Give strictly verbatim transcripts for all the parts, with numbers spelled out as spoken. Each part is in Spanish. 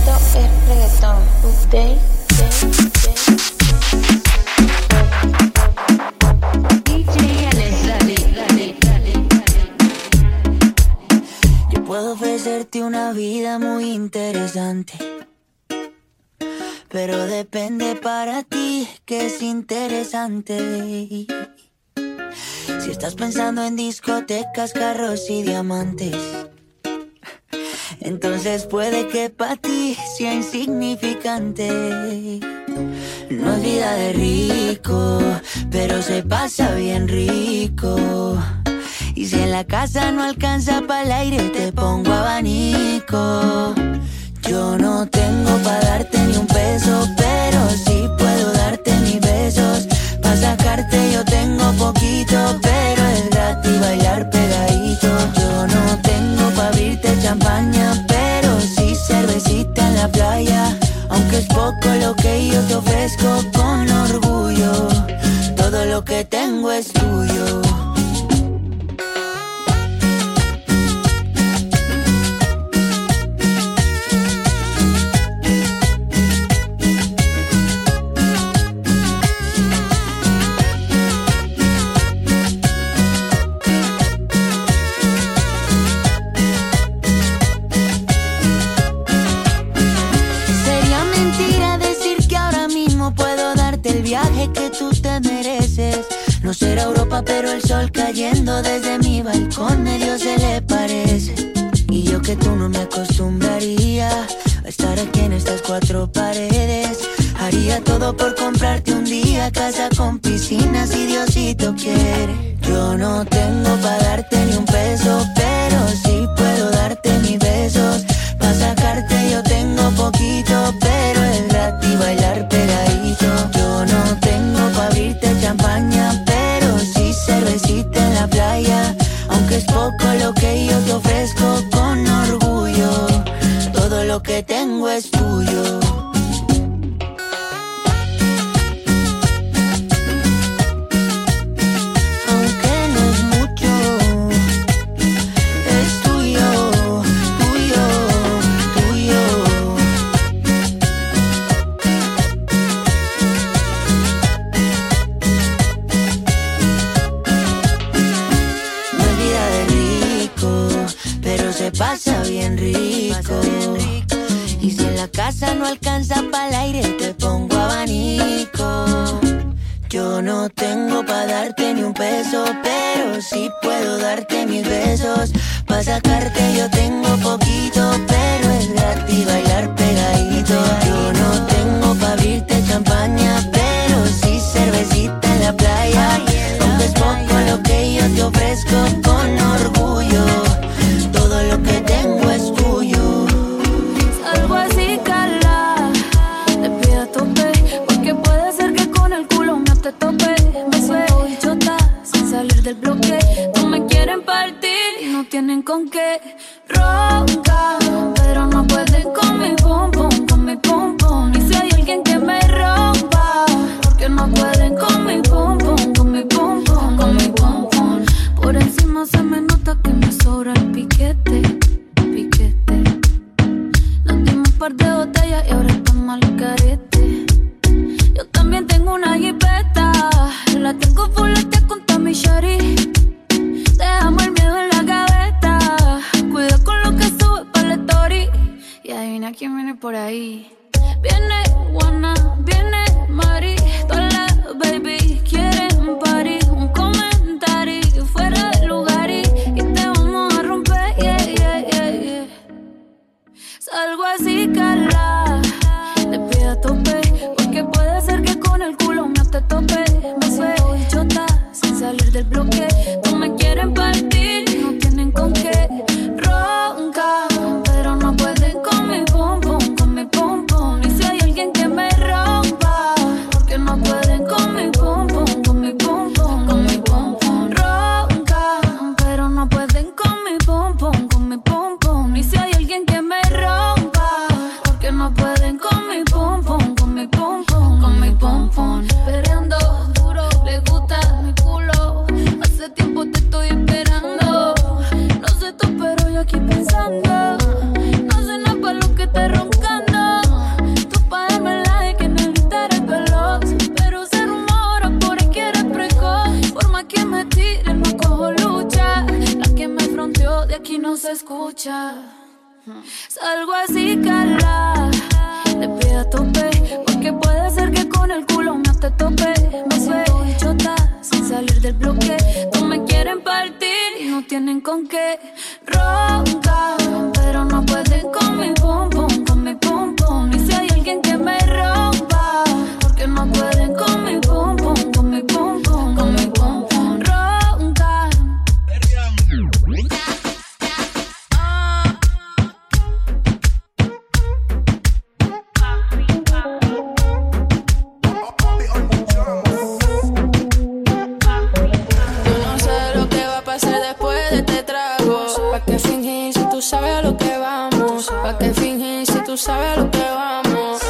es reggaetón. Update, D J Alex, dale, dale, dale, dale. Yo puedo ofrecerte una vida muy interesante, pero depende para ti que es interesante. Si estás pensando en discotecas, carros y diamantes, entonces puede que para ti sea insignificante. No es vida de rico, pero se pasa bien rico. Y si en la casa no alcanza para el aire, te pongo abanico. Yo no tengo pa' darte ni un peso, pero sí puedo darte mis besos. Pa' sacarte yo tengo poquito, pero es gratis bailar pegadito. Yo no tengo pa' abrirte champaña, pero sí cervecita en la playa. Aunque es poco lo que yo te ofrezco con orgullo, todo lo que tengo es tuyo. Que tú te mereces. No será Europa, pero el sol cayendo desde mi balcón medio se le parece. Y yo que tú no me acostumbraría a estar aquí en estas cuatro paredes. Haría todo por comprarte un día casa con piscina si Diosito quiere. Yo no tengo pa' darte ni un peso, pero sí puedo darte mis besos. Pa' sacarte yo tengo poquito, pero es gratis bailar pegadito. Yo no tengo pa' abrirte champaña, pero sí cervecita en la playa. Aunque es poco lo que yo te ofrezco con orgullo, todo lo que tengo es tuyo. Pasa bien rico. Y si en la casa no alcanza para el aire, te pongo abanico. Yo no tengo pa' darte ni un peso, pero sí puedo darte mis besos. Pa' sacarte yo tengo poquito, pero es gratis bailar pegadito. Yo no tengo pa' abrirte champaña, pero sí cervecita en la playa. Aunque es poco lo que yo te ofrezco con orgullo, todo lo que tengo es tuyo. Algo así, cala, te pido a tope, porque puede ser que con el culo no te tope. Me suelto y chota, sin salir del bloque. No me quieren partir y no tienen con qué. Ronca, pero no pueden con mi pum pum, con mi pum pum. Y si hay alguien que me rompa, porque no pueden con mi pum pum, con mi pum pum, con mi pum pum. Por encima se me nota que me sobra el piquete, piquete. Nos dimos un par de botellas y ahora estamos al carete. Yo también tengo una jipeta, la tengo fuletea con Tommy Shari. Dejamos el miedo en la gaveta, cuida con lo que sube para la story. Y adivina quién viene por ahí. Viene Juana, viene Mari, todas las baby quieren un party, un comentario fuera de lugar y, y te vamos a romper, yeah, yeah, yeah, yeah. Salgo así, cala, te pido a tope, porque puede ser que con el culo no te tope. Me suelto y chota, sin salir del bloque. No me quieren partir, no tienen con qué. Ronca, pero no pueden con mi pum pum, con mi pum pum. Y si hay alguien que me rompa, porque no pueden con mi pum pum, con mi pum pum, con mi pum pum. Ronca, pero no pueden con mi pum pum, con mi pum pum. Y si hay alguien que me rompa, porque no pueden con mi pum pum, con mi pum pum, con mi pum pum. Perreando duro, le gusta mi culo. Hace tiempo Salgo así, cala, te pido a tope, porque puede ser que con el culo no te tope. Me suelto y chota, sin salir del bloque. Tú me quieren partir y no tienen con qué. Ronca, pero no pueden con mi pum pum, con mi pum pum. Y si hay alguien que me rompa, porque no pueden con mi pum pum, con mi pum pum, con mi pum pum. Ronca. ¿Pa' qué fingir si tú sabes a lo que vamos? ¿Pa' qué fingir si tú sabes a lo que vamos?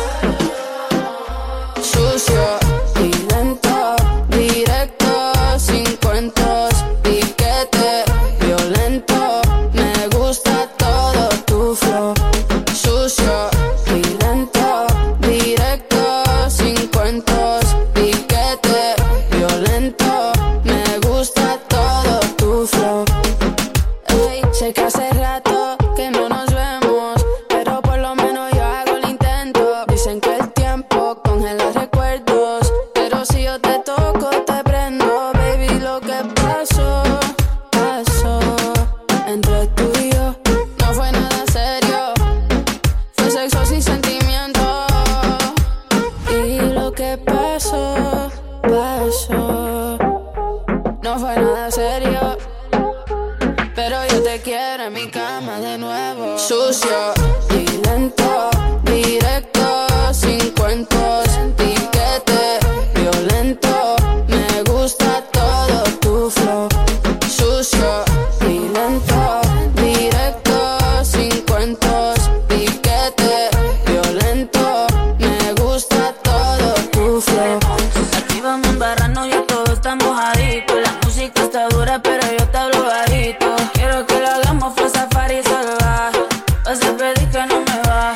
Sucio y lento, directo, sin cuentos, piquete, violento. Me gusta todo tu flow. Sucio y lento, directo, sin cuentos, piquete, violento. Me gusta todo tu flow. Sé que hace rato que no nos vemos, pero por lo menos yo hago el intento. Dicen que el tiempo congela recuerdos, pero si yo te toco te prendo. Baby, lo que pasó, pasó entre tú y yo. No fue nada serio, fue sexo sin sentimiento. Y lo que pasó, pasó, no fue nada serio, pero yo te quiero en mi cama de nuevo. Sucio y lento, directo, sin cuentos, piquete, violento. Me gusta todo tu flow. Sucio y lento, directo, sin cuentos, piquete, violento. Me gusta todo tu flow. Aquí vamos en barrano, ya todos estamos adictos. La música está dura, pero yo te hablo bajito. Quiero que lo hagamos fue safari salvaje. Pa' siempre di que no me va.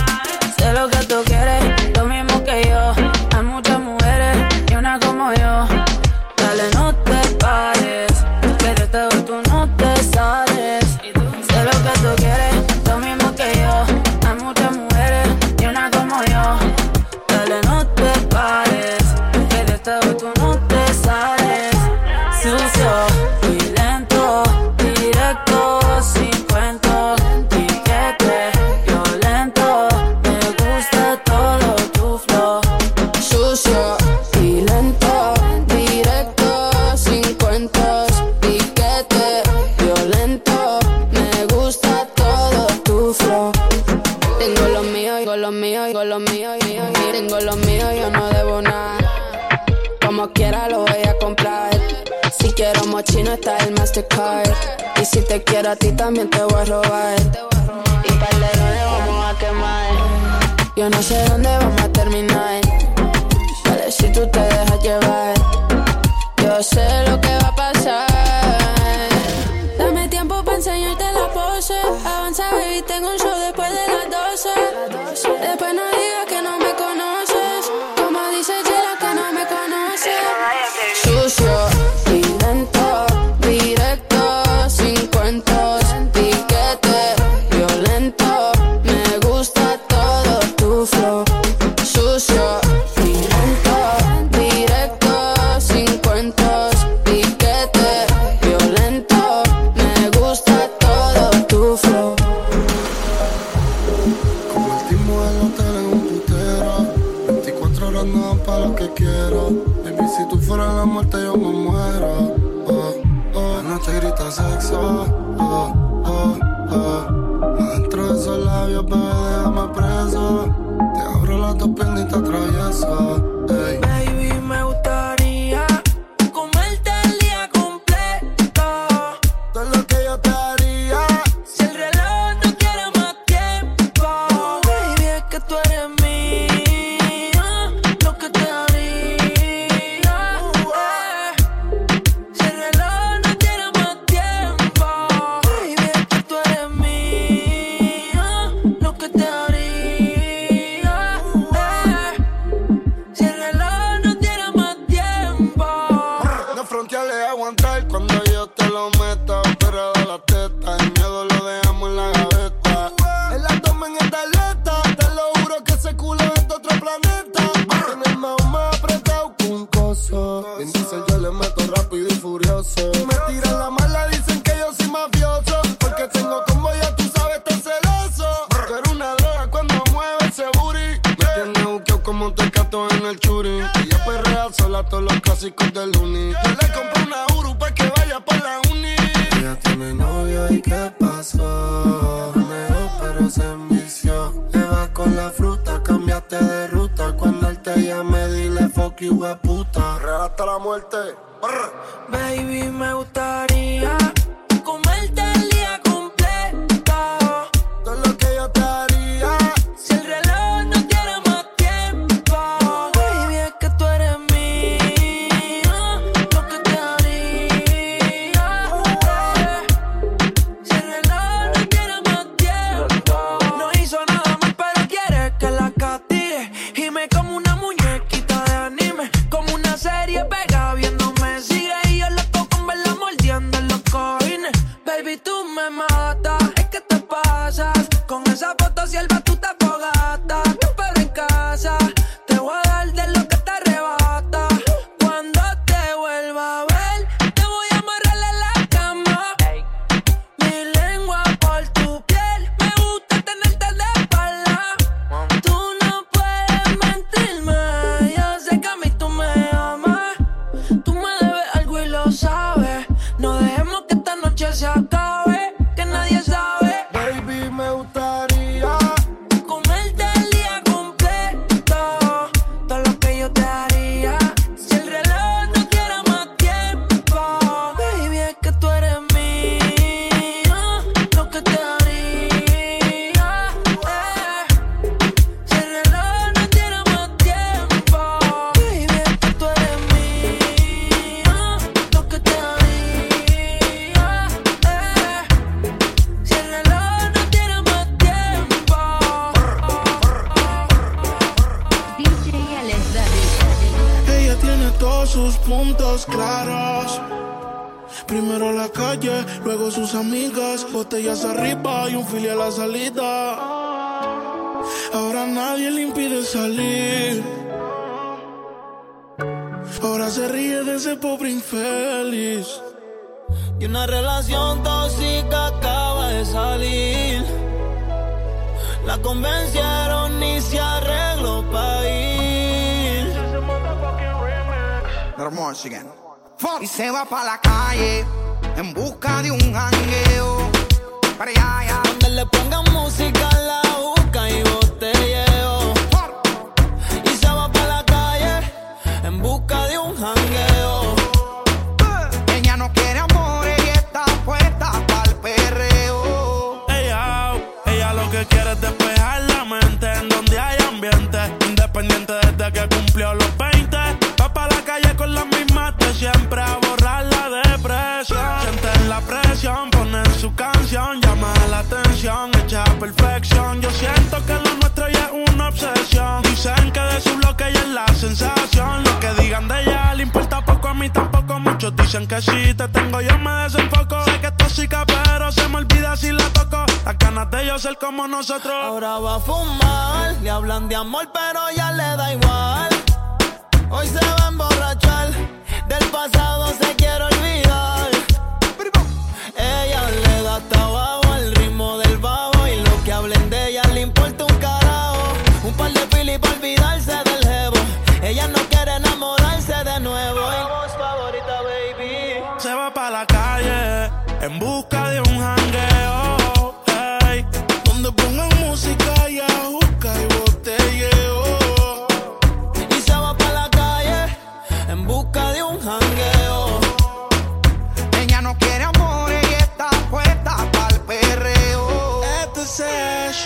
Sé lo que tú quieres, lo mismo que yo. Hay muchas mujeres y una como yo. Dale, no te pares, que de esta vez tú no te sales. Sé lo que tú quieres, lo mismo que yo. Hay muchas mujeres y una como yo. Dale, no te pares, que de esta vez tú no te sales. Sucio y lento, directo, sin cuentos, piquete, violento. Me gusta todo tu flow. Sucio y lento, directo, sin cuentos, piquete, violento. Me gusta todo tu flow. Tengo lo mío, y con lo mío, y con lo mío, y mío, y tengo lo mío, yo no debo nada. Como quiera lo voy a comprar. Si quiero mochino está el Mastercard. Y si te quiero a ti también te voy a robar. Y par de dónde vamos a quemar. Yo no sé dónde vamos a terminar. Dale si tú te dejas llevar. Yo sé lo que va a pasar. Dame tiempo para enseñarte la pose. Avanza baby, tengo un show después de las doce. Después no digas que no me conoces. Como dice Chela que no me conoces. Sucio y lento, directo, sin cuentos, piquete, violento. Me gusta todo tu flow. Sucio y lento, directo, sin cuentos, piquete, violento. Me gusta todo tu flow. Convertimos el hotel en un putero. veinticuatro horas no dan pa' lo que quiero. Baby, si tú fueras la muerte yo me muero. Oh, oh, no te grita sexo. Oh, oh, oh. Adentro de esos labios, bebé, déjame preso. Te abro las dos piernas y te atravieso. Ey. Baby, me gustaría comerte el día completo. Todo lo que yo te haría. Si el reloj no quiere más tiempo, baby, es que tú eres mía. Lo que te haría, eh. Si el reloj no quiere más tiempo, baby, es que tú eres mía. Lo que te haría, eh. Si el reloj no tiene Montecato en el churi. Ella perrea sola todos los clásicos del uni. Yo le compré una Uru pa' que vaya por la uni. Ella tiene novio y ¿qué pasó? Mejor pero se envició. Le vas con la fruta, cambiaste de ruta. Cuando él te llame dile fuck you, hueputa. Real hasta la muerte. Brr. Baby, me gustaría comerte el día completo. Todo lo que yo te haría. Si el reloj no tiene más tiempo. Baby, es que tú eres mía. Lo que te haría. Si el reloj no tiene más tiempo. No hizo nada más, pero quiere que la castigue. Y me como una muñequita de anime. Como una serie pega viéndome. Sigue y yo loco con verla mordiendo en los cojines. Baby, tú me matas. Es que te pasas. Con esa foto sierva tú te fogata. Te espero en casa. Te voy a dar de lo que te arrebata. Cuando te vuelva a ver, te voy a amarrar en la cama. Mi lengua por tu piel. Me gusta tenerte de espalda. Tú no puedes mentirme. Yo sé que a mí tú me amas. Tú me debes algo y lo sabes. No dejemos que esta noche se acabe. Que nadie sabe. Baby, me gustaría Comerte el día completo. Todo lo que yo te haría. Si el reloj no quiere más tiempo. Baby, es que tú eres mía. Lo que te haría. eh. Si el reloj no tiene más tiempo. Baby, es que tú eres mía. Lo que te haría. eh. Si el reloj no tiene más tiempo. D J Alex, dale. Ella tiene todos sus puntos claros. Primero la calle, luego sus amigas. Botellas arriba y un fili a la salida. Ahora nadie le impide salir. Ahora se ríe de ese pobre infeliz. Y una relación tóxica acaba de salir. La convencieron y se arregló pa' ir. Y se va pa' la calle en busca de un jangueo. Para allá, allá. Donde le pongan música, la busca y botelleo. Y se va pa' la calle en busca de un jangueo. Ella no quiere amor, ella está puesta pa'l perreo. Ella, ella lo que quiere es despejar la mente en donde hay ambiente. Independiente desde que cumplió los veinte. Va pa' la calle con las mismas de siempre a borrar la depresión. Sienten la presión, ponen su canción, llama la atención, hecha a perfección. Yo siento que lo nuestro ya es una obsesión. Dicen que de su bloque ya es la sensación. Lo que digan de ella le importa poco, a mí tampoco. Muchos dicen que si te tengo yo me desenfoco. Sé que es tóxica pero se me olvida si la toco. Las ganas de yo ser como nosotros. Ahora va a fumar, le hablan de amor pero ya le da igual. Hoy se va a emborrachar, del pasado se quiere olvidar. Ella le da hasta abajo el ritmo del bajo. Y lo que hablen de ella le importa un carajo. Un par de filis para olvidarse del jevo. Ella no quiere enamorarse de nuevo. Y voz favorita, baby. Se va pa' la calle en busca de un jangueo, hey, donde pongan música y ajuca y botelleo. Y se va pa' la calle en busca de un jangueo. Ella no quiere amor, ella está puesta pa'l perreo. Este es Ash.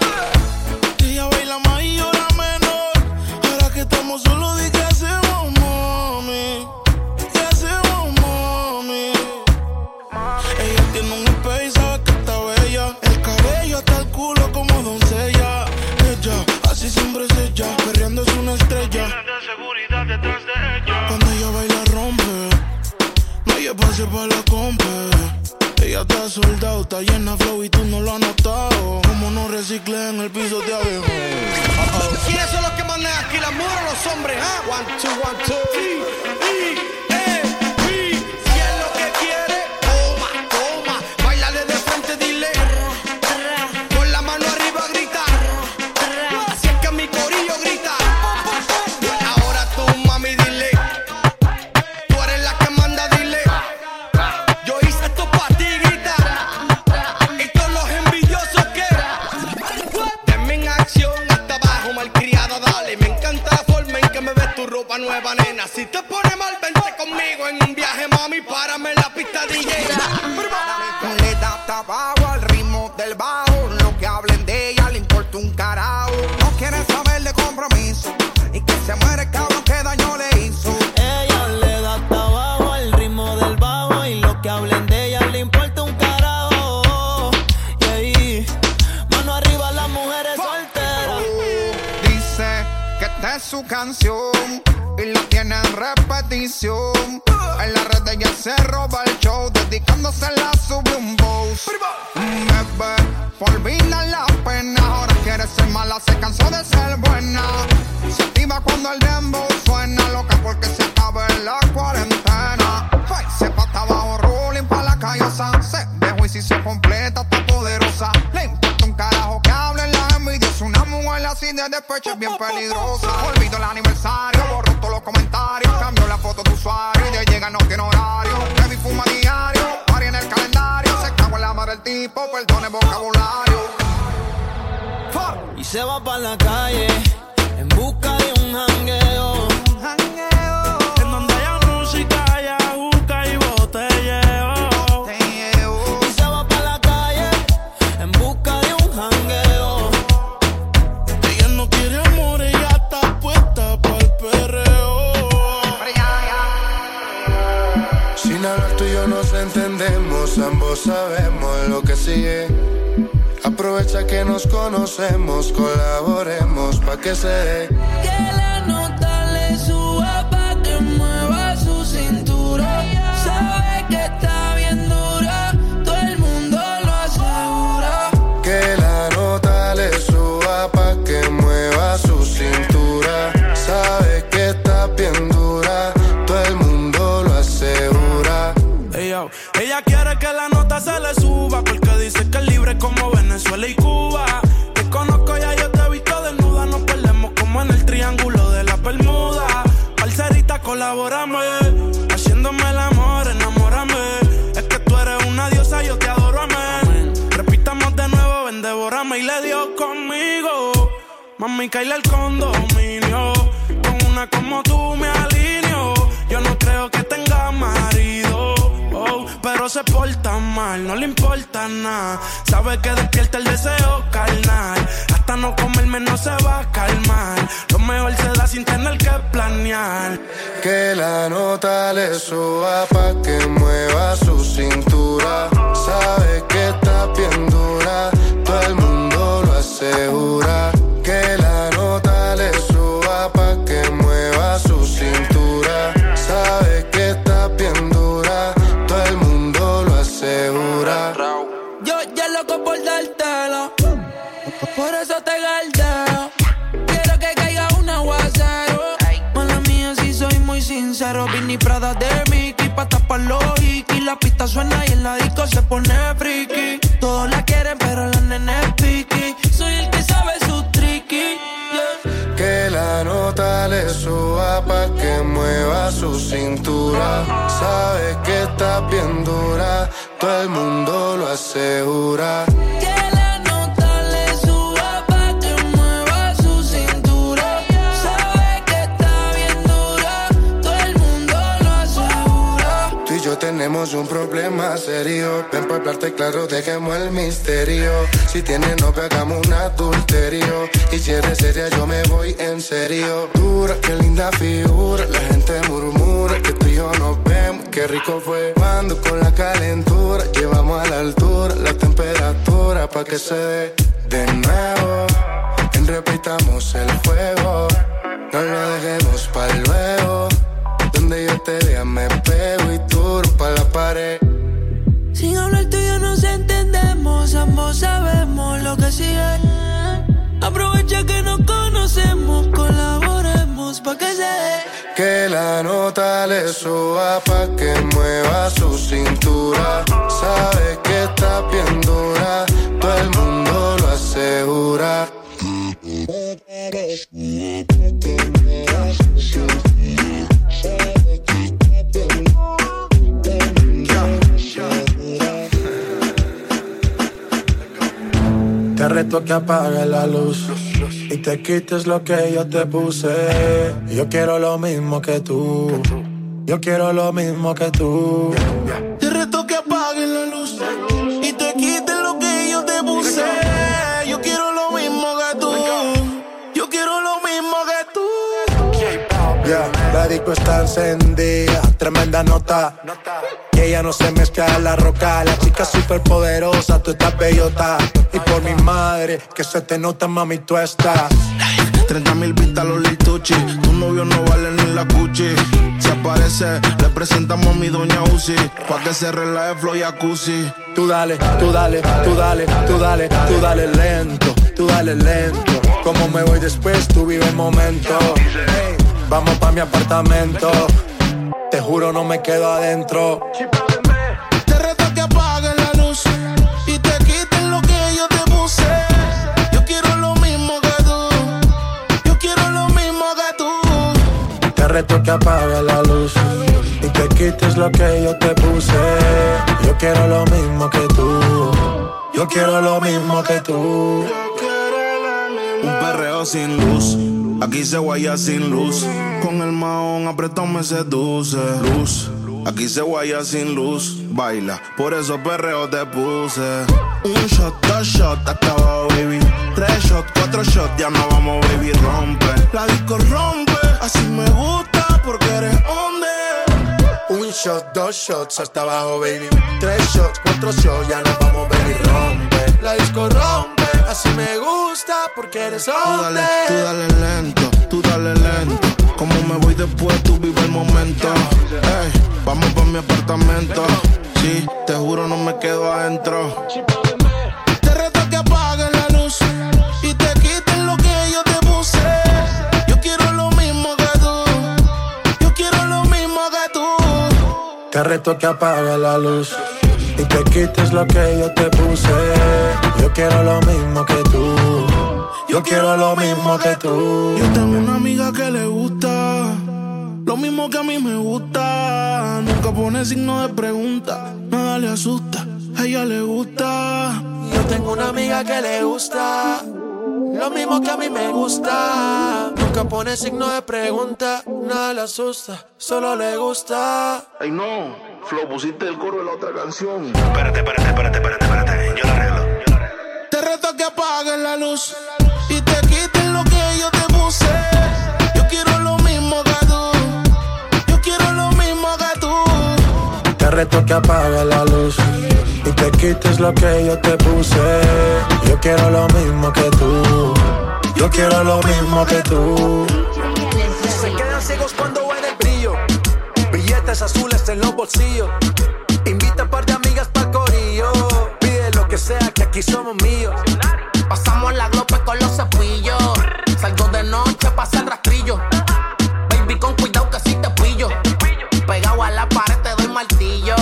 Ella baila más y yo la menor. Ahora que estamos solos, di que hacemos, mami. ¿Qué hacemos, mami? Ella tiene un espejo y sabe que está bella. El cabello hasta el culo como doncella. Ella, así siempre es ella. Perreando es una estrella. Seguridad detrás de ella. Cuando ella baila rompe. No hay espacio para la compa. Ella está soldado, está llena flow y tú no lo has notado. Como no reciclé en el piso de abajo. ¿Quiénes son los que mandan aquí, las mujeres o los hombres? ¿Ah? One, two, one, two. Sí, sí, eh, sí. Si es lo que quiere, toma, toma. Báilale de frente, dile. Con la mano arriba grita. Así es que mi corillo grita. nueva nena. Si te pone mal, vente conmigo en un viaje, mami, párame en la pista D J. Le da tabaco al ritmo del bajo. Lo que hablen de ella le importa un carajo. No quiere saber de compromiso y que se muere el cabrón que daño le hizo. Ella le da tabaco al ritmo del bajo y lo que hablen de ella le importa un carajo. Y ahí, mano arriba las mujeres solteras. Dice que esta es su canción y la tiene en repetición. En la red ella se roba el show, dedicándose la sube un boss. Bebé, por olvidar la pena, ahora quiere ser mala, se cansó de ser buena. Se activa cuando el dembow suena, loca porque se acaba en la cuarentena. Hey, se pata abajo, rolling pa' la callosa. Se dejó y si se completa, está poderosa. Le importa un carajo que hablen la envidia. Es una mujer así de despecho, es bien peligrosa. Olvido el aniversario, borró todos los comentarios. Cambió la foto de usuario y ya llega, no tiene horario. Baby fuma diario, pari en el calendario. Se cagó en la madre el tipo, perdone vocabulario. Y se va pa' la calle en busca de un jangueo. En donde haya música, haya juca y botelleo. Y se va pa' la calle en busca de un jangueo. Ella no quiere amor, ella está puesta pa'l perreo. Sin hablar tú y yo nos entendemos, ambos sabemos lo que sigue. Aprovecha que nos conocemos, colaboremos pa' que se dé. Que la nota le suba pa' que mueva su cintura. Sabe que está bien dura, todo el mundo lo asegura. Que la nota le suba pa' que mueva su cintura. Sabe que está bien dura, todo el mundo lo asegura. Hey, yo. Ella quiere que la nota se le suba porque dice que es libre como Venezuela y Cuba. Te conozco, ya yo te he visto desnuda. Nos perdemos como en el triángulo de la Bermuda. Parcerita, colabórame, haciéndome el amor, enamórame. Es que tú eres una diosa, yo te adoro, amén. Repitamos de nuevo, ven, devórame. Y le dio conmigo, mami, caíle el condominio. Con una como tú me alineo. Yo no creo que tenga marido, oh, pero se porta mal, no le importa nada. Sabe que despierta el deseo carnal. Hasta no comerme no se va a calmar. Lo mejor se da sin tener que planear. Que la nota le suba pa' que mueva su cintura. Sabe que está bien dura, todo el mundo lo asegura. Que la nota le suba pa' que mueva su cintura. Sabe que está bien dura, todo el mundo lo asegura. Yo ya loco por dártela, por eso te galdeo. Quiero que caiga un aguacero. Mala mía, si soy muy sincero. Vinny Prada de Mickey, pa' tapar los hikis. La pista suena y en la disco se pone friki. Todos la quieren, pero la nena es piqui. Soy el que sabe su tricky, yeah. Que la nota le suba pa' que mueva su cintura. Sabe que está bien dura, todo el mundo lo asegura. Que la nota le suba pa' que mueva su cintura. Sabe que está bien dura, todo el mundo lo asegura. Tú y yo tenemos un problema serio. Ven pa' hablarte claro, dejemos el misterio. Si tienes novia, hagamos un adulterio. Y si eres seria, yo me voy en serio. Dura, qué linda figura. La gente murmura que tú y yo nos vemos. Qué rico fue cuando con la calentura llevamos a la altura la temperatura pa' que se dé de nuevo. En repitamos el juego, no lo dejemos pa' luego. Donde yo te vea me pego y tú pa' la pared. Sin hablar tú y yo nos entendemos, ambos sabemos lo que sigue. Aprovecha que nos conocemos, colaboremos pa' que se dé. Que la nota le suba pa' que mueva su cintura. Sabe que está bien dura, todo el mundo lo asegura. Te reto que apagues la luz y te quites lo que yo te puse. Yo quiero lo mismo que tú. Yo quiero lo mismo que tú. Te reto que apagues la luz y te quites lo que yo te puse. Yo quiero lo mismo que tú. Yo quiero lo mismo que tú. Yeah, la disco está encendida, tremenda nota. Y ella no se mezcla a la roca. La chica super poderosa, tú estás bellota. Y por mi madre, que se te nota, mami, tú estás. Treinta mil vistas los lituchi. Tu novio no vale ni la cuchi. Si aparece, le presentamos a mi doña Uzi. Pa' que se relaje flow y jacuzzi. Tú dale, tú dale, tú dale, tú dale, tú dale lento, tú dale lento. Como me voy después, tú vive el momento. Hey, vamos pa' mi apartamento. Te juro no me quedo adentro. Te reto que apagues la luz y te quites lo que yo te puse. Yo quiero lo mismo que tú. Yo quiero lo mismo que tú. Te reto que apagues la luz y te quites lo que yo te puse. Yo quiero lo mismo que tú. Yo quiero lo mismo que tú. Un perreo sin luz. Aquí se guaya sin luz. Con el mahón apretado me seduce. Luz. Aquí se guaya sin luz. Baila, por eso perreo te puse. Un shot, dos shots, hasta abajo, baby. Tres shots, cuatro shots, ya no vamos, baby, rompe. La disco rompe, así me gusta porque eres hombre. Un shot, dos shots, hasta abajo, baby. Tres shots, cuatro shots, ya nos vamos, baby, rompe. La disco rompe, así me gusta porque eres hombre. Tú dale, tú dale lento, tú dale lento. Como me voy después, tú vive el momento. Ey, vamos pa' mi apartamento. Sí, te juro no me quedo adentro. Te reto que apagues la luz y te quites lo que yo te puse. Yo quiero lo mismo que tú. Yo quiero lo mismo que tú. Te reto que apagues la luz y te quites lo que yo te puse. Yo quiero lo mismo que tú. Yo quiero lo mismo que tú. Yo tengo una amiga que le gusta lo mismo que a mí me gusta. Nunca pone signo de pregunta, nada le asusta, a ella le gusta. Yo tengo una amiga que le gusta lo mismo que a mí me gusta. Nunca pone signo de pregunta, nada le asusta, solo le gusta. Ay no, Flo, pusiste el coro de la otra canción. Espérate, espérate, espérate, espérate, espérate. Yo la arreglo, yo la arreglo. Te reto que apagues la luz y te quites lo que yo te puse. Yo quiero lo mismo que tú. Yo quiero lo mismo que tú. Te reto que apagues la luz y te quites lo que yo te puse. Yo quiero lo mismo que tú. Yo quiero lo mismo que tú. Se quedan ciegos cuando ven el brillo. Billetes azules en los bolsillos. Invita un par de amigas pa'l corillo. Pide lo que sea que aquí somos míos. Pasamos la glope con los cepillos. Salgo de noche, pasa el rastrillo. Baby, con cuidado que si te pillo. Pegado a la pared te doy martillo.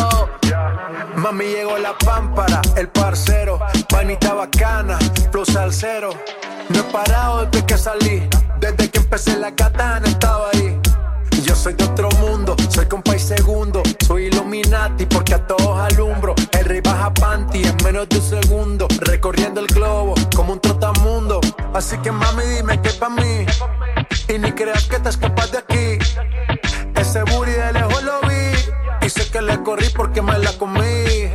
Mami, llegó la pámpara, el parcero. Vainita bacana, flow salsero. No he parado desde que salí. Desde que empecé la katana estaba ahí. Yo soy de otro mundo, soy compa y segundo. Soy Illuminati porque a todos alumbro. El rey baja panty en menos de un segundo. Recorriendo el globo como un trotamundo. Así que mami dime que pa' mí. Y ni creas que te escapas de aquí. Ese booty de lejos lo vi. Y sé que le corrí porque me la comí.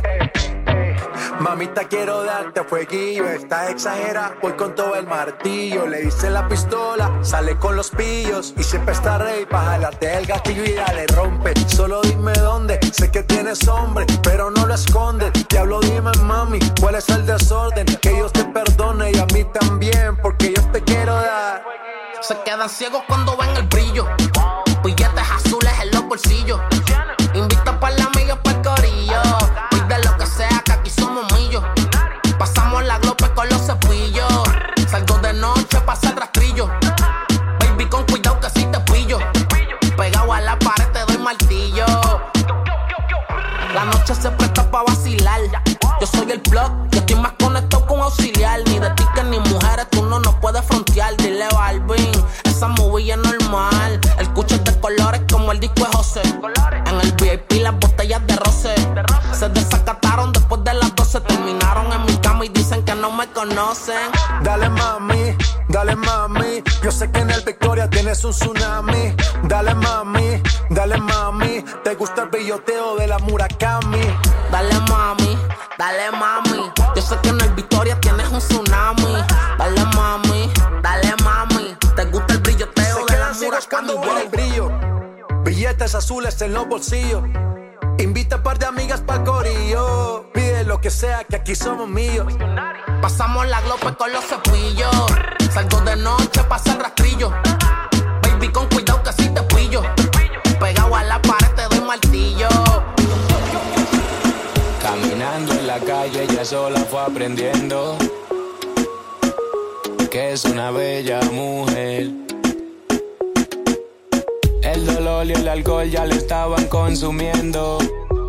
Mamita, quiero darte fueguillo. Estás exagera, voy con todo el martillo. Le hice la pistola, sale con los pillos. Y siempre está rey pa' jalarte el gatillo y dale rompe. Solo dime dónde, sé que tienes hombre, pero no lo escondes. Diablo, dime mami, cuál es el desorden. Que Dios te perdone y a mí también, porque yo te quiero dar. Se quedan ciegos cuando ven el brillo. Billetes azules en los bolsillos. Invita pa' la amiga pa'l corillo. Pide lo que sea que aquí somos millos. Pasamos la glope con los cepillos. Salgo de noche, pasa el rastrillo. Baby, con cuidado que si te pillo. Pegado a la pared te doy martillo. La noche se presta pa' vacilar. Yo soy el plug, yo estoy más conectado con auxiliar. Ni de tickets ni mujeres, tú no nos puedes frontear. Dile Balvin, esa movie es normal. El cucho es conocen. Dale mami, dale mami. Yo sé que en el Victoria tienes un tsunami. Dale mami, dale mami. Te gusta el billoteo de la Murakami. Dale mami, dale mami. Yo sé que en el Victoria tienes un tsunami. Dale mami, dale mami. Te gusta el brilloteo de la Murakami. El brillo, billetes azules en los bolsillos. Invita a un par de amigas pa'l corillo. Pide lo que sea, que aquí somos míos. Pasamos la glope con los cepillos. Salgo de noche, pasa el rastrillo. Baby, con cuidado que si te pillo. Pegado a la pared te doy martillo. Caminando en la calle, ella sola fue aprendiendo que es una bella mujer. El dolor y el alcohol ya le estaban consumiendo.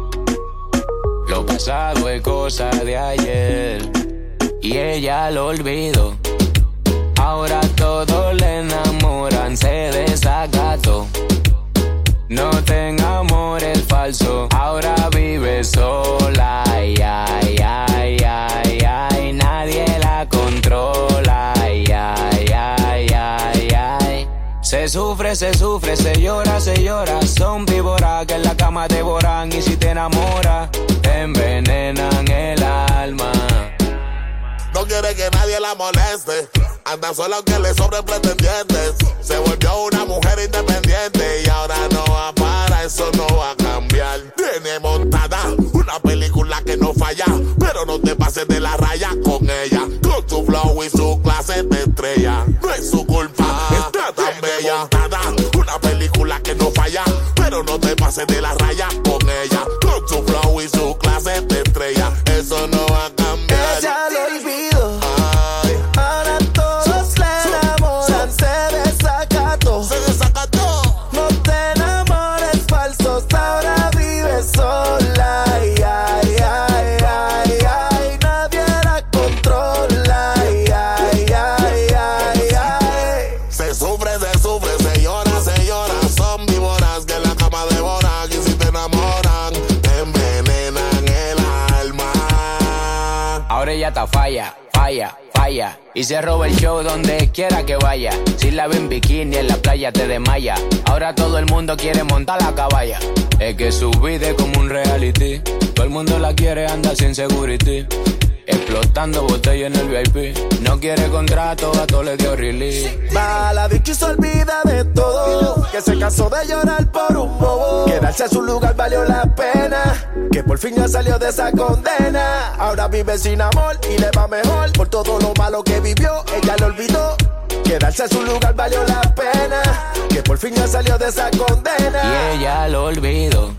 Lo pasado es cosa de ayer y ella lo olvidó. Ahora todos le enamoran, se desacató. No tenga amores falsos, ahora vive sola. Ay, ay, ay, ay, ay, nadie la controla. Ay, ay, ay, ay, ay. Se sufre, se sufre, se llora, se llora. Son víboras que en la cama devoran. Y si te enamoras, te envenenan el alma. No quiere que nadie la moleste. Anda sola aunque le sobren pretendientes. Se volvió una mujer independiente y ahora no va para, eso no va a cambiar. Tiene montada una película que no falla, pero no te pases de la raya con ella. Con su flow y su clase de estrella. No es su culpa, está tan bella. Montada una película que no falla, pero no te pases de la raya con ella. Con su flow y su clase de estrella. Eso no va a cambiar. Ella lo olvidó. Ahora todos le enamoran, se desacató. Se desacató. No te enamores falsos, ahora vive sola. Ay, ay, ay, ay, ay, nadie la controla. Ay, ay, ay, ay, ay. Se sufre, se sufre, se llora, se llora. Son víboras que en la cama devoran. Y si te enamoran, te envenenan el alma. Ahora ella está falla, falla, falla. Y se roba el show donde quiera que vaya. Si la ve en bikini en la playa te desmaya. Ahora todo el mundo quiere montar la caballa. Es que su vida es como un reality. Todo el mundo la quiere andar sin security. Explotando botella en el V I P. No quiere contrato, a todo le dio release. Va la bicha y se olvida de todo. Que se cansó de llorar por un bobo. Quedarse en su lugar valió la pena. Que por fin ya salió de esa condena. Ahora vive sin amor y le va mejor. Por todo lo malo que vivió, ella lo olvidó. Quedarse en su lugar valió la pena. Que por fin ya salió de esa condena. Y ella lo olvidó.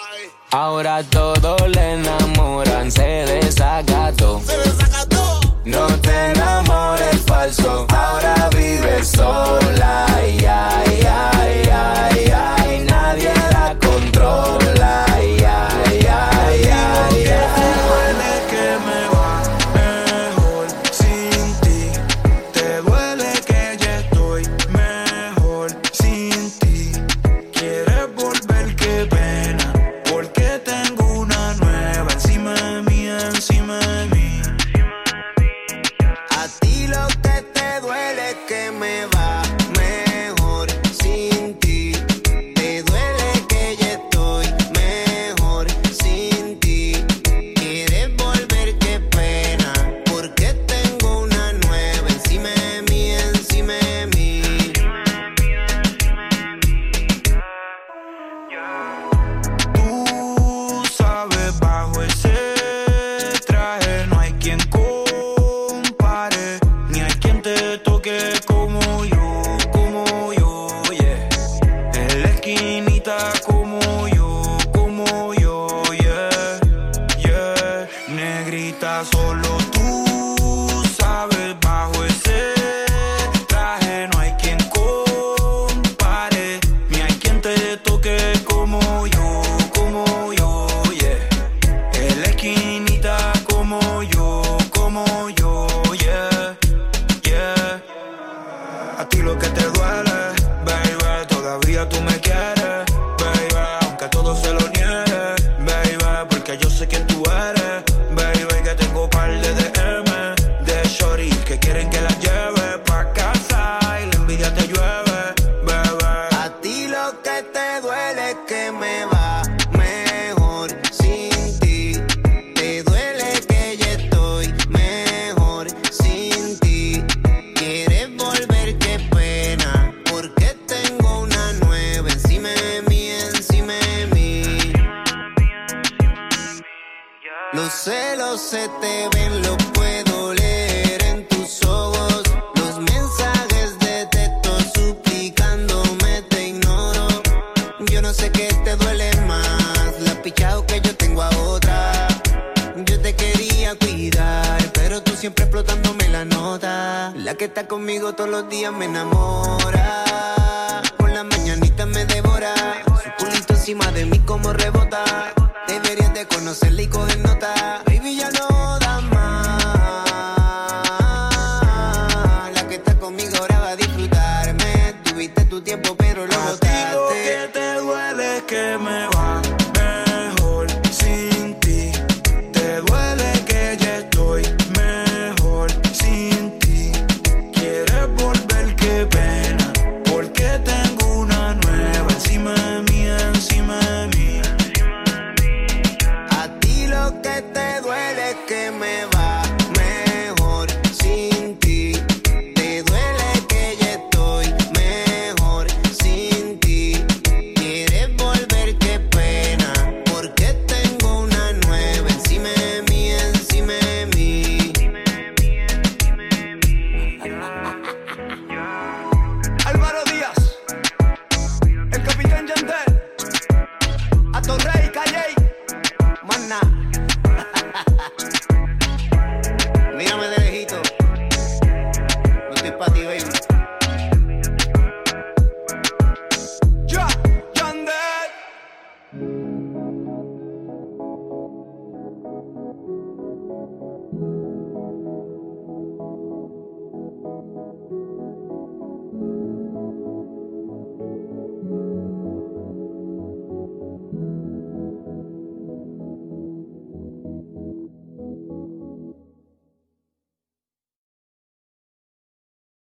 Ahora todos le enamoran, se desacató. Se desacató. No te enamores falso, ahora vive sola. Ay, ay, ay, ay, ay, nadie la controla. Ay, ay, ay, ay, ay. Duele que me va mejor sin ti. Te duele que ya estoy mejor sin ti. Quieres volver, qué pena, porque tengo una nueva encima de mí, encima de mí. A ti lo que te duele es que me va mejor sin ti. Te duele que ya estoy mejor sin ti. Quieres volver, qué pena, porque tengo una nueva encima de mí, encima de mí. Tú sabes, bajo ese traje no hay quien compare, ni hay quien te toque como yo, como yo, yeah. En la esquinita como yo, como yo, yeah, yeah. Negrita, solo tú sabes, bajo ese traje no hay quien compare, ni hay quien te toque como yo, como yo, yeah. En la esquinita como yo, como yo, yeah, yeah. A ti lo que te duele, baby, todavía tú me quieres, baby, aunque todo se lo niegue, baby, porque yo sé quién tú eres, baby, que tengo par de D M, de shorty que está conmigo todos los días me enamora. Por la mañanita me devora. Su culito encima de mí como rebota. Deberías de conocerla y coger nota.